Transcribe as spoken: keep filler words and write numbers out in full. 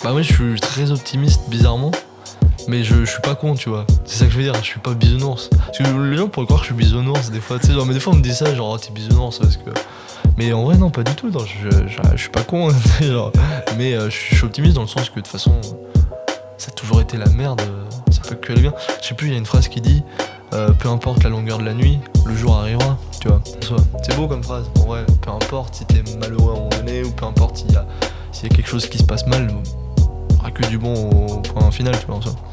Bah moi je suis très optimiste bizarrement, mais je, je suis pas con, tu vois. C'est ça que je veux dire, je suis pas bisounours. Parce que les gens pourraient croire que je suis bisounours des fois, tu sais, genre, mais des fois on me dit ça, genre oh, t'es bisounours parce que... Mais en vrai non, pas du tout, non, je, je, je suis pas con, genre. Mais euh, je suis optimiste dans le sens que de toute façon, ça a toujours été la merde, ça peut que aller bien. Je sais plus, il y a une phrase qui dit euh, peu importe la longueur de la nuit, le jour arrivera, tu vois. C'est beau comme phrase, en vrai, peu importe si t'es malheureux à un moment donné, ou peu importe s'il y a, s'il y a quelque chose qui se passe mal, il n'y aura que du bon au point final, tu vois, en soi.